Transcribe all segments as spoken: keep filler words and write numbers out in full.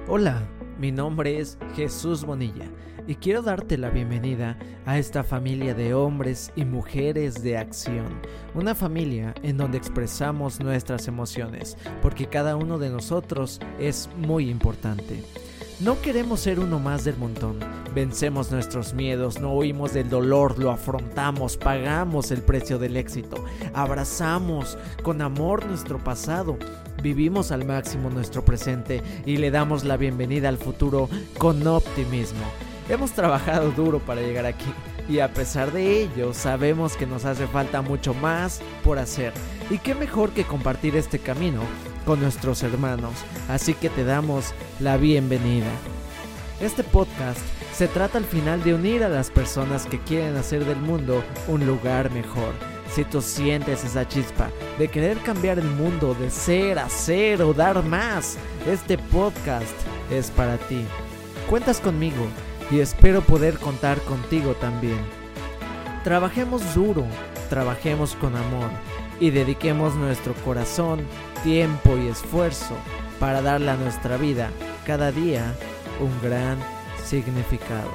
Hola, mi nombre es Jesús Bonilla y quiero darte la bienvenida a esta familia de hombres y mujeres de acción. Una familia en donde expresamos nuestras emociones, porque cada uno de nosotros es muy importante. No queremos ser uno más del montón. Vencemos nuestros miedos, no huimos del dolor, lo afrontamos, pagamos el precio del éxito, abrazamos con amor nuestro pasado, vivimos al máximo nuestro presente y le damos la bienvenida al futuro con optimismo. Hemos trabajado duro para llegar aquí y a pesar de ello sabemos que nos hace falta mucho más por hacer. Y qué mejor que compartir este camino con nuestros hermanos, así que te damos la bienvenida. Este podcast se trata al final de unir a las personas que quieren hacer del mundo un lugar mejor. Si tú sientes esa chispa de querer cambiar el mundo, de ser, hacer o dar más, este podcast es para ti. Cuentas conmigo y espero poder contar contigo también. Trabajemos duro, trabajemos con amor y dediquemos nuestro corazón, tiempo y esfuerzo para darle a nuestra vida cada día un gran significado.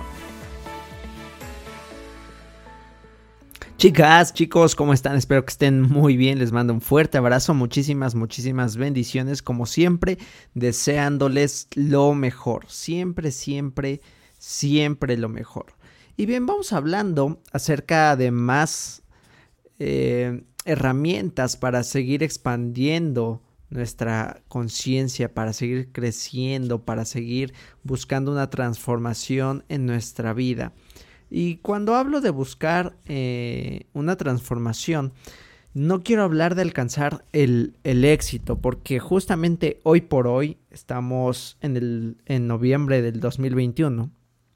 Chicas, chicos, ¿cómo están? Espero que estén muy bien. Les mando un fuerte abrazo, muchísimas, muchísimas bendiciones, como siempre, deseándoles lo mejor. Siempre, siempre, siempre lo mejor. Y bien, vamos hablando acerca de más eh, herramientas para seguir expandiendo nuestra conciencia, para seguir creciendo, para seguir buscando una transformación en nuestra vida. Y cuando hablo de buscar eh, una transformación, no quiero hablar de alcanzar el, el éxito, porque justamente hoy por hoy estamos en, el, en noviembre del dos mil veintiuno.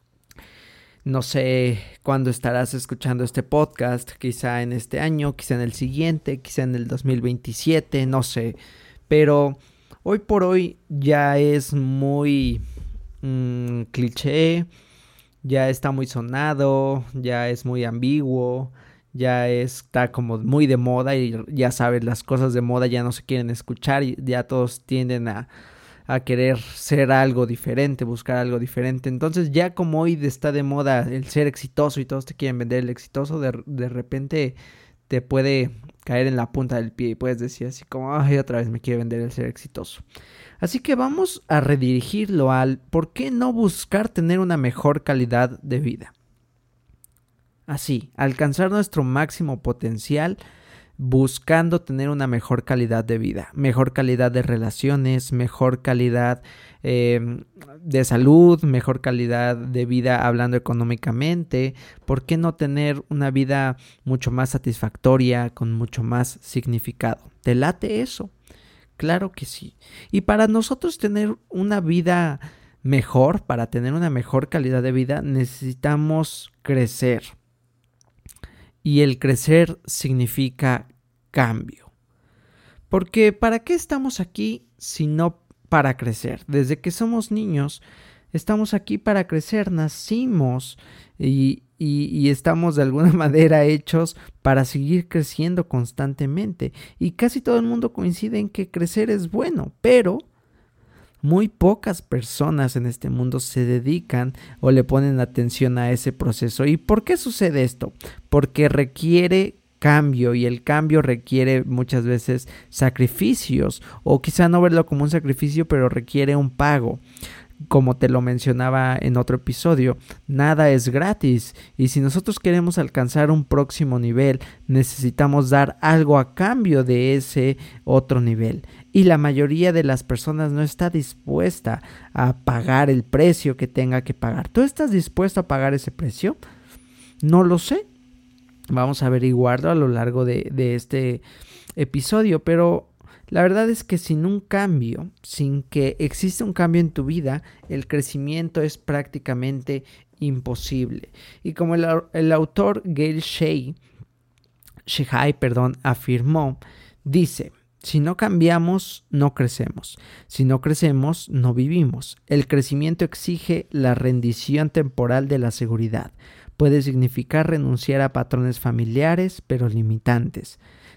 No sé cuándo estarás escuchando este podcast, quizá en este año, quizá en el siguiente, quizá en el dos mil veintisiete, no sé. Pero hoy por hoy ya es muy mmm, cliché, ya está muy sonado, ya es muy ambiguo, ya está como muy de moda y ya sabes, las cosas de moda ya no se quieren escuchar y ya todos tienden a, a querer ser algo diferente, buscar algo diferente. Entonces ya como hoy está de moda el ser exitoso y todos te quieren vender el exitoso, de, de repente te puede caer en la punta del pie y puedes decir así como, ay, otra vez me quiere vender el ser exitoso. Así que vamos a redirigirlo al ¿por qué no buscar tener una mejor calidad de vida? Así, alcanzar nuestro máximo potencial buscando tener una mejor calidad de vida, mejor calidad de relaciones, mejor calidad eh, de salud, mejor calidad de vida hablando económicamente. ¿Por qué no tener una vida mucho más satisfactoria, con mucho más significado? ¿Te late eso? Claro que sí. Y para nosotros tener una vida mejor, para tener una mejor calidad de vida, necesitamos crecer. Y el crecer significa cambio. Porque ¿para qué estamos aquí si no para crecer? Desde que somos niños estamos aquí para crecer, nacimos y, y, y estamos de alguna manera hechos para seguir creciendo constantemente. Y casi todo el mundo coincide en que crecer es bueno, pero muy pocas personas en este mundo se dedican o le ponen atención a ese proceso. ¿Y por qué sucede esto? Porque requiere cambio y el cambio requiere muchas veces sacrificios o quizá no verlo como un sacrificio, pero requiere un pago. Como te lo mencionaba en otro episodio, nada es gratis y si nosotros queremos alcanzar un próximo nivel, necesitamos dar algo a cambio de ese otro nivel. Y la mayoría de las personas no está dispuesta a pagar el precio que tenga que pagar. ¿Tú estás dispuesto a pagar ese precio? No lo sé. Vamos a averiguarlo a lo largo de, de este episodio, pero la verdad es que sin un cambio, sin que exista un cambio en tu vida, el crecimiento es prácticamente imposible. Y como el, el autor Gail Shea, Shehai, perdón, afirmó, dice: si no cambiamos, no crecemos. Si no crecemos, no vivimos. El crecimiento exige la rendición temporal de la seguridad. Puede significar renunciar a patrones familiares, pero limitantes.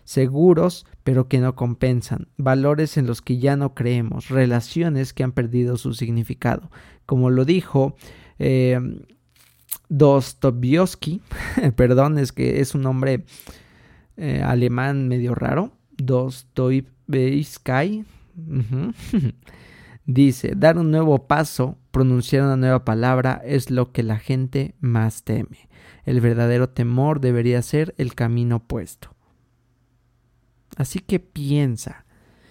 seguros pero que no compensan, valores en los que ya no creemos, relaciones que han perdido su significado. Como lo dijo eh, Dostoyevsky, perdón, es que es un nombre eh, alemán medio raro, Dostoyevsky, uh-huh. Dice, dar un nuevo paso, pronunciar una nueva palabra es lo que la gente más teme. El verdadero temor debería ser el camino opuesto. Así que piensa,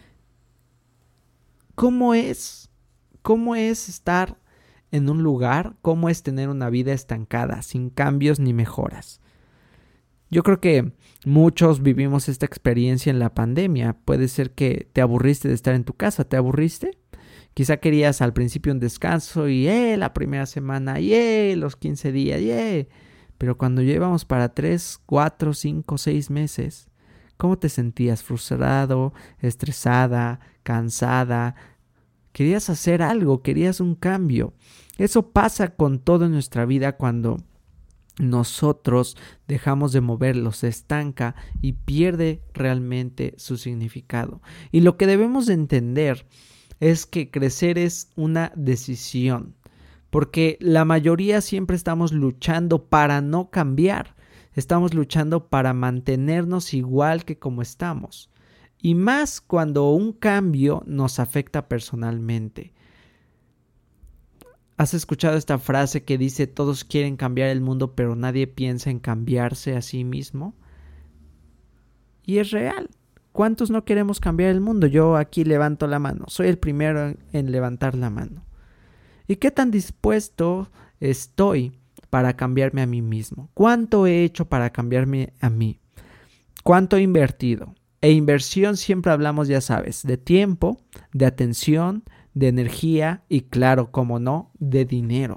¿cómo es, cómo es estar en un lugar? ¿Cómo es tener una vida estancada, sin cambios ni mejoras? Yo creo que muchos vivimos esta experiencia en la pandemia. Puede ser que te aburriste de estar en tu casa, ¿te aburriste? Quizá querías al principio un descanso y eh, la primera semana, y eh, los quince días, y eh. Pero cuando llevamos para tres, cuatro, cinco, seis meses, ¿cómo te sentías? ¿Frustrado, estresada, cansada? Querías hacer algo, querías un cambio. Eso pasa con todo en nuestra vida cuando nosotros dejamos de moverlo, se estanca y pierde realmente su significado. Y lo que debemos de entender es que crecer es una decisión, porque la mayoría siempre estamos luchando para no cambiar, estamos luchando para mantenernos igual que como estamos, y más cuando un cambio nos afecta personalmente. ¿Has escuchado esta frase que dice todos quieren cambiar el mundo pero nadie piensa en cambiarse a sí mismo? Y es real. ¿Cuántos no queremos cambiar el mundo? Yo aquí levanto la mano. Soy el primero en, en levantar la mano. ¿Y qué tan dispuesto estoy para cambiarme a mí mismo? ¿Cuánto he hecho para cambiarme a mí? ¿Cuánto he invertido? E inversión siempre hablamos, ya sabes, de tiempo, de atención, de energía y claro, como no, de dinero.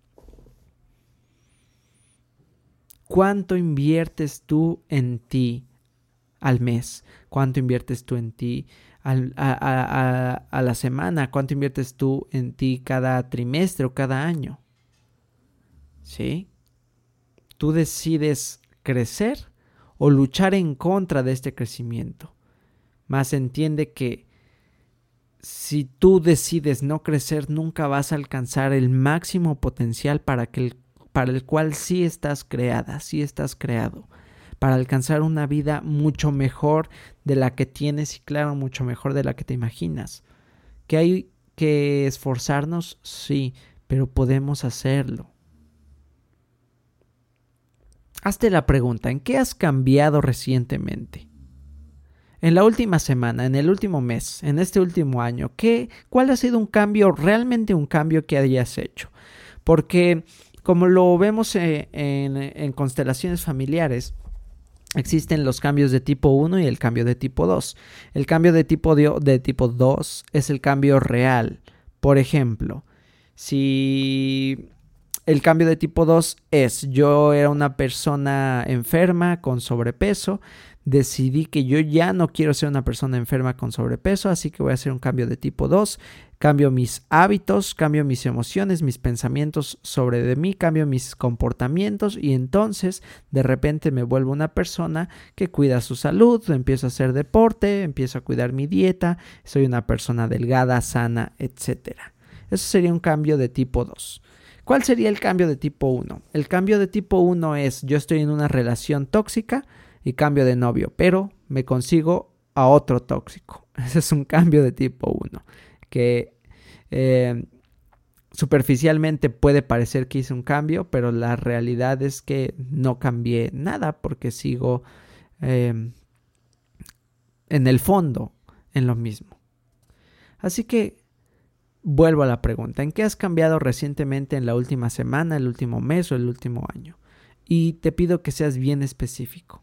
¿Cuánto inviertes tú en ti al mes? ¿Cuánto inviertes tú en ti al, a, a, a, a la semana? ¿Cuánto inviertes tú en ti cada trimestre o cada año? ¿Sí? Tú decides crecer o luchar en contra de este crecimiento. Mas entiende que si tú decides no crecer, nunca vas a alcanzar el máximo potencial para, que el, para el cual sí estás creada, sí estás creado. Para alcanzar una vida mucho mejor de la que tienes y claro, mucho mejor de la que te imaginas. ¿Que hay que esforzarnos? Sí, pero podemos hacerlo. Hazte la pregunta, ¿en qué has cambiado recientemente? En la última semana, en el último mes, en este último año, ¿qué, ¿cuál ha sido un cambio, realmente un cambio que hayas hecho? Porque como lo vemos en, en, en constelaciones familiares, existen los cambios de tipo uno y el cambio de tipo dos. El cambio de tipo, de, de tipo dos es el cambio real. Por ejemplo, si el cambio de tipo dos es yo era una persona enferma con sobrepeso, decidí que yo ya no quiero ser una persona enferma con sobrepeso, así que voy a hacer un cambio de tipo dos, cambio mis hábitos, cambio mis emociones, mis pensamientos sobre de mí, cambio mis comportamientos y entonces de repente me vuelvo una persona que cuida su salud, empiezo a hacer deporte, empiezo a cuidar mi dieta, soy una persona delgada, sana, etcétera. Eso sería un cambio de tipo dos. ¿Cuál sería el cambio de tipo uno? El cambio de tipo uno es yo estoy en una relación tóxica y cambio de novio, pero me consigo a otro tóxico. Ese es un cambio de tipo uno, que eh, superficialmente puede parecer que hice un cambio, pero la realidad es que no cambié nada porque sigo eh, en el fondo en lo mismo. Así que vuelvo a la pregunta, ¿en qué has cambiado recientemente en la última semana, el último mes o el último año? Y te pido que seas bien específico.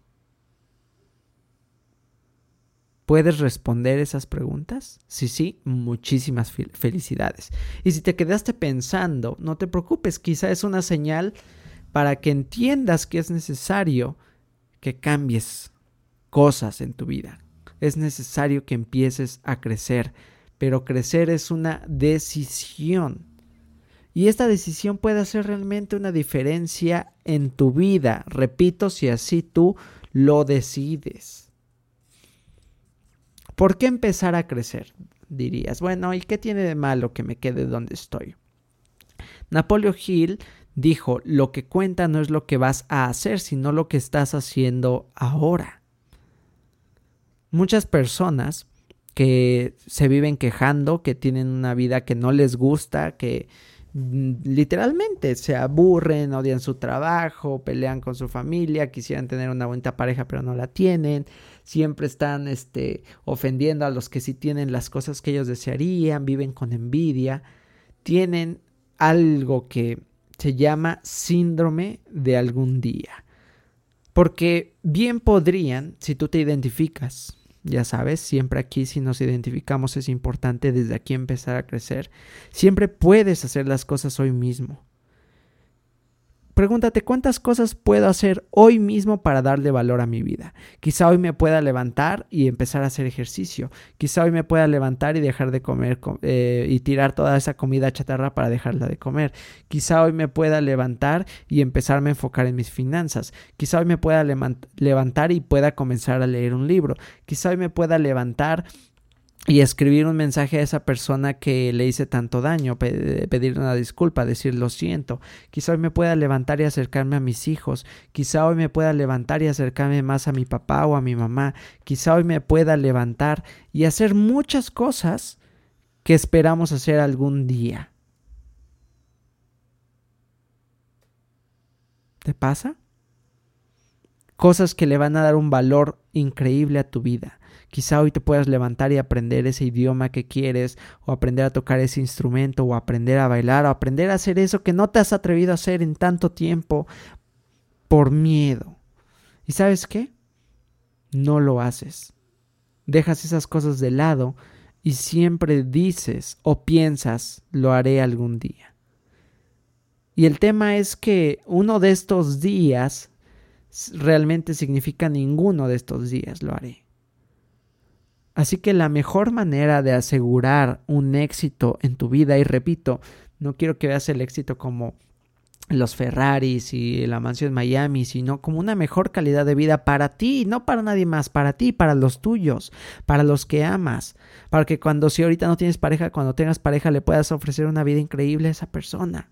¿Puedes responder esas preguntas? Si sí, muchísimas felicidades. Y si te quedaste pensando, no te preocupes, quizá es una señal para que entiendas que es necesario que cambies cosas en tu vida. Es necesario que empieces a crecer, pero crecer es una decisión. Y esta decisión puede hacer realmente una diferencia en tu vida. Repito, si así tú lo decides. ¿Por qué empezar a crecer? Dirías, bueno, ¿y qué tiene de malo que me quede donde estoy? Napoleon Hill dijo, lo que cuenta no es lo que vas a hacer, sino lo que estás haciendo ahora. Muchas personas que se viven quejando, que tienen una vida que no les gusta, que literalmente se aburren, odian su trabajo, pelean con su familia, quisieran tener una bonita pareja pero no la tienen, siempre están este, ofendiendo a los que sí tienen las cosas que ellos desearían, viven con envidia, tienen algo que se llama síndrome de algún día. Porque bien podrían, si tú te identificas, ya sabes, siempre aquí si nos identificamos es importante desde aquí empezar a crecer. Siempre puedes hacer las cosas hoy mismo. Pregúntate, ¿cuántas cosas puedo hacer hoy mismo para darle valor a mi vida? Quizá hoy me pueda levantar y empezar a hacer ejercicio. Quizá hoy me pueda levantar y dejar de comer eh, y tirar toda esa comida chatarra para dejarla de comer. Quizá hoy me pueda levantar y empezarme a enfocar en mis finanzas. Quizá hoy me pueda levant- levantar y pueda comenzar a leer un libro. Quizá hoy me pueda levantar y escribir un mensaje a esa persona que le hice tanto daño, pe- pedirle una disculpa, decir lo siento. Quizá hoy me pueda levantar y acercarme a mis hijos. Quizá hoy me pueda levantar y acercarme más a mi papá o a mi mamá. Quizá hoy me pueda levantar y hacer muchas cosas que esperamos hacer algún día. ¿Te pasa? Cosas que le van a dar un valor increíble a tu vida. Quizá hoy te puedas levantar y aprender ese idioma que quieres, o aprender a tocar ese instrumento, o aprender a bailar, o aprender a hacer eso que no te has atrevido a hacer en tanto tiempo por miedo. ¿Y sabes qué? No lo haces. Dejas esas cosas de lado y siempre dices o piensas, lo haré algún día. Y el tema es que uno de estos días realmente significa ninguno de estos días lo haré. Así que la mejor manera de asegurar un éxito en tu vida, y repito, no quiero que veas el éxito como los Ferraris y la mansión en Miami, sino como una mejor calidad de vida para ti, no para nadie más, para ti, para los tuyos, para los que amas, para que cuando si ahorita no tienes pareja, cuando tengas pareja le puedas ofrecer una vida increíble a esa persona.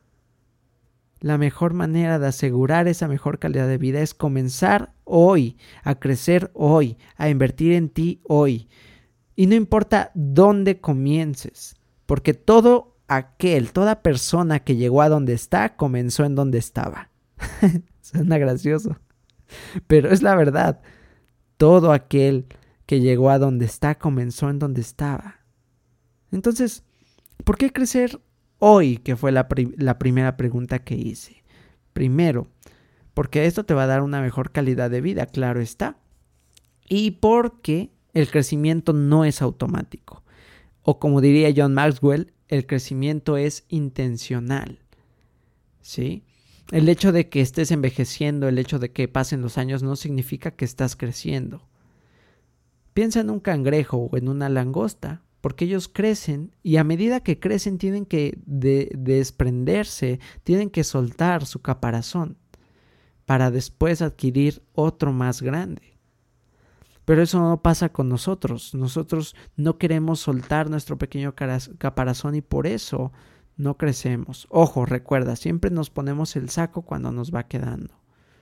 La mejor manera de asegurar esa mejor calidad de vida es comenzar hoy, a crecer hoy, a invertir en ti hoy. Y no importa dónde comiences, porque todo aquel, toda persona que llegó a donde está, comenzó en donde estaba. Suena gracioso, pero es la verdad. Todo aquel que llegó a donde está, comenzó en donde estaba. Entonces, ¿por qué crecer hoy? Que fue la, pri- la primera pregunta que hice. Primero, porque esto te va a dar una mejor calidad de vida, claro está. Y porque el crecimiento no es automático. O como diría John Maxwell, el crecimiento es intencional. ¿Sí? El hecho de que estés envejeciendo, el hecho de que pasen los años no significa que estás creciendo. Piensa en un cangrejo o en una langosta, porque ellos crecen y a medida que crecen tienen que de- desprenderse, tienen que soltar su caparazón para después adquirir otro más grande. Pero eso no pasa con nosotros. Nosotros no queremos soltar nuestro pequeño caparazón y por eso no crecemos. Ojo, recuerda, siempre nos ponemos el saco cuando nos va quedando.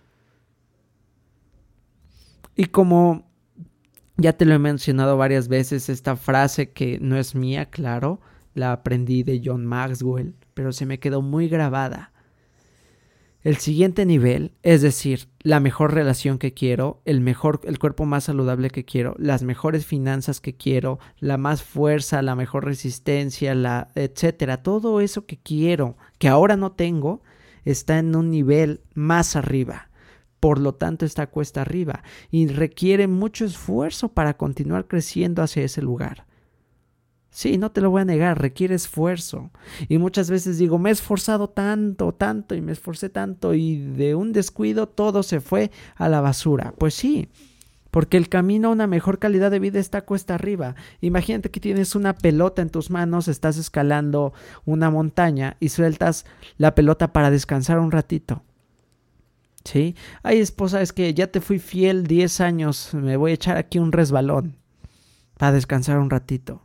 Y como ya te lo he mencionado varias veces, esta frase que no es mía, claro, la aprendí de John Maxwell, pero se me quedó muy grabada. El siguiente nivel, es decir, la mejor relación que quiero, el mejor, el cuerpo más saludable que quiero, las mejores finanzas que quiero, la más fuerza, la mejor resistencia, la etcétera, todo eso que quiero, que ahora no tengo, está en un nivel más arriba. Por lo tanto, está cuesta arriba y requiere mucho esfuerzo para continuar creciendo hacia ese lugar. Sí, no te lo voy a negar, requiere esfuerzo. Y muchas veces digo, me he esforzado tanto, tanto y me esforcé tanto y de un descuido todo se fue a la basura. Pues sí, porque el camino a una mejor calidad de vida está cuesta arriba. Imagínate que tienes una pelota en tus manos, estás escalando una montaña y sueltas la pelota para descansar un ratito. ¿Sí? Ay, esposa, es que ya te fui fiel diez años, me voy a echar aquí un resbalón. para descansar un ratito.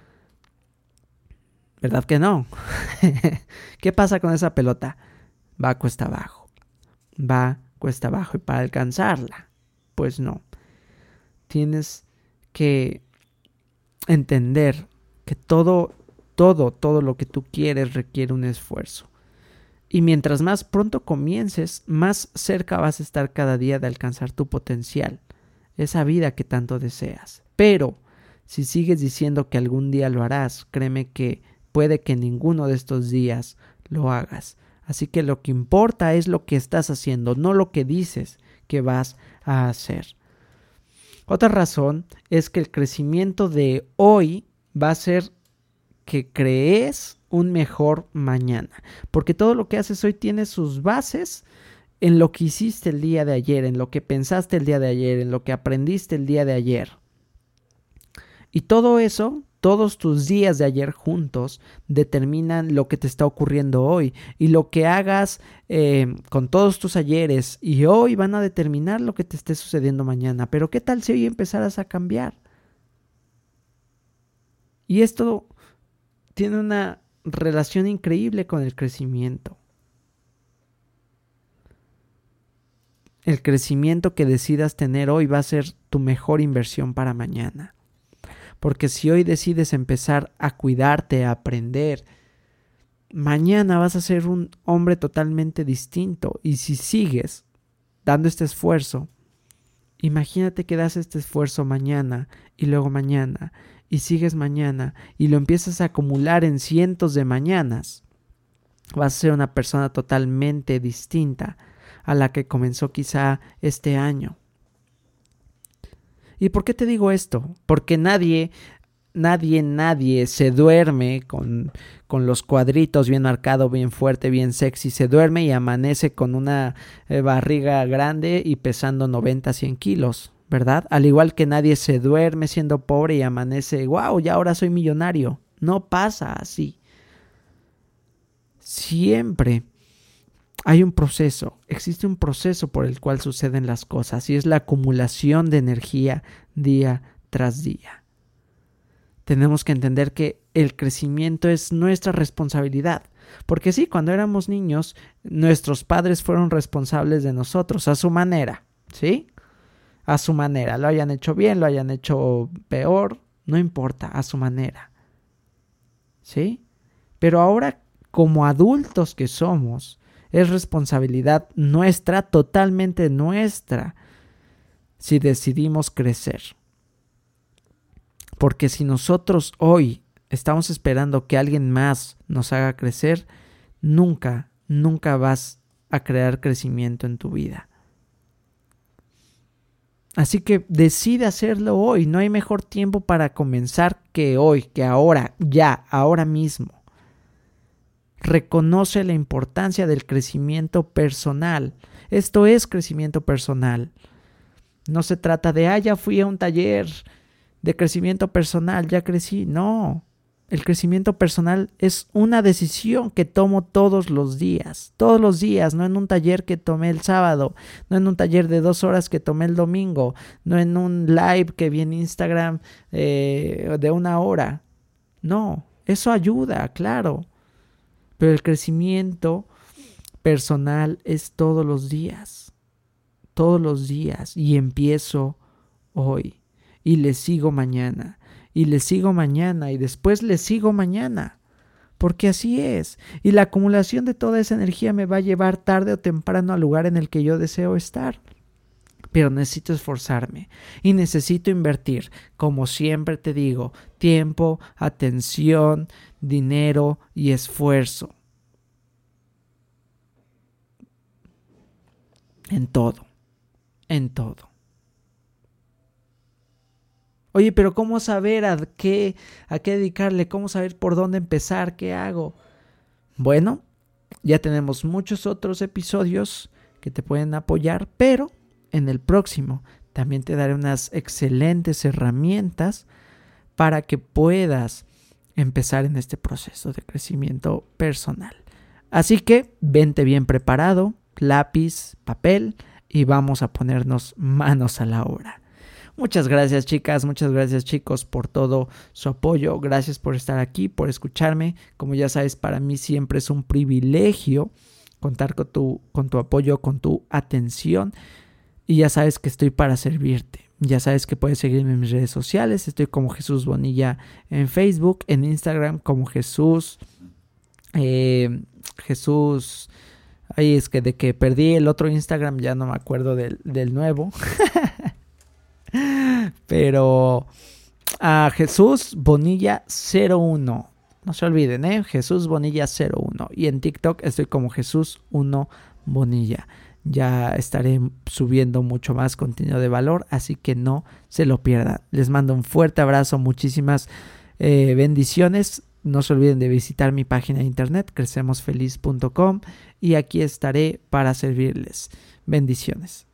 ¿Verdad que no? ¿Qué pasa con esa pelota? Va cuesta abajo. Va cuesta abajo. Y para alcanzarla, pues no. Tienes que entender que todo, todo, todo lo que tú quieres requiere un esfuerzo. Y mientras más pronto comiences, más cerca vas a estar cada día de alcanzar tu potencial. Esa vida que tanto deseas. Pero si sigues diciendo que algún día lo harás, créeme que puede que ninguno de estos días lo hagas. Así que lo que importa es lo que estás haciendo, no lo que dices que vas a hacer. Otra razón es que el crecimiento de hoy va a ser que crees un mejor mañana. Porque todo lo que haces hoy tiene sus bases en lo que hiciste el día de ayer, en lo que pensaste el día de ayer, en lo que aprendiste el día de ayer. Y todo eso, todos tus días de ayer juntos, determinan lo que te está ocurriendo hoy. Y lo que hagas eh, con todos tus ayeres y hoy van a determinar lo que te esté sucediendo mañana. Pero ¿qué tal si hoy empezaras a cambiar? Y esto tiene una relación increíble con el crecimiento. El crecimiento que decidas tener hoy va a ser tu mejor inversión para mañana. Porque si hoy decides empezar a cuidarte, a aprender, mañana vas a ser un hombre totalmente distinto. Y si sigues dando este esfuerzo, imagínate que das este esfuerzo mañana y luego mañana y sigues mañana y lo empiezas a acumular en cientos de mañanas. Vas a ser una persona totalmente distinta a la que comenzó quizá este año. ¿Y por qué te digo esto? Porque nadie, nadie, nadie se duerme con, con los cuadritos bien marcado, bien fuerte, bien sexy. Se duerme y amanece con una eh, barriga grande y pesando noventa, cien kilos, ¿verdad? Al igual que nadie se duerme siendo pobre y amanece, wow, ya ahora soy millonario. No pasa así. Siempre hay un proceso, existe un proceso por el cual suceden las cosas y es la acumulación de energía día tras día. Tenemos que entender que el crecimiento es nuestra responsabilidad, porque sí, cuando éramos niños, nuestros padres fueron responsables de nosotros a su manera, ¿sí? A su manera, lo hayan hecho bien, lo hayan hecho peor, no importa, a su manera, ¿sí? Pero ahora, como adultos que somos, es responsabilidad nuestra, totalmente nuestra, si decidimos crecer. Porque si nosotros hoy estamos esperando que alguien más nos haga crecer, nunca, nunca vas a crear crecimiento en tu vida. Así que decide hacerlo hoy. No hay mejor tiempo para comenzar que hoy, que ahora, ya, ahora mismo. Reconoce la importancia del crecimiento personal. Esto es crecimiento personal. No se trata de, ah, ya fui a un taller de crecimiento personal, ya crecí. No, el crecimiento personal es una decisión que tomo todos los días. Todos los días, no en un taller que tomé el sábado, no en un taller de dos horas que tomé el domingo, no en un live que vi en Instagram eh, de una hora. No, eso ayuda, claro. Pero el crecimiento personal es todos los días, todos los días. Y empiezo hoy y le sigo mañana y le sigo mañana y después le sigo mañana. Porque así es. Y la acumulación de toda esa energía me va a llevar tarde o temprano al lugar en el que yo deseo estar. Pero necesito esforzarme y necesito invertir, como siempre te digo, tiempo, atención, dinero y esfuerzo. En todo, en todo. Oye, pero ¿cómo saber a qué, a qué dedicarle? ¿Cómo saber por dónde empezar? ¿Qué hago? Bueno, ya tenemos muchos otros episodios que te pueden apoyar, pero en el próximo también te daré unas excelentes herramientas para que puedas empezar en este proceso de crecimiento personal. Así que vente bien preparado, lápiz, papel y vamos a ponernos manos a la obra. Muchas gracias, chicas, muchas gracias, chicos, por todo su apoyo. Gracias por estar aquí, por escucharme. Como ya sabes, para mí siempre es un privilegio contar con tu, con tu apoyo, con tu atención. Y ya sabes que estoy para servirte. Ya sabes que puedes seguirme en mis redes sociales. Estoy como Jesús Bonilla en Facebook, en Instagram como Jesús. Eh, Jesús... Ay, es que de que perdí el otro Instagram ya no me acuerdo del, del nuevo. Pero a Jesús Bonilla cero uno. No se olviden, ¿eh? Jesús Bonilla cero uno. Y en TikTok estoy como Jesús uno Bonilla. Ya estaré subiendo mucho más contenido de valor, así que no se lo pierdan. Les mando un fuerte abrazo, muchísimas eh, bendiciones. No se olviden de visitar mi página de internet, crecemos feliz punto com, y aquí estaré para servirles. Bendiciones.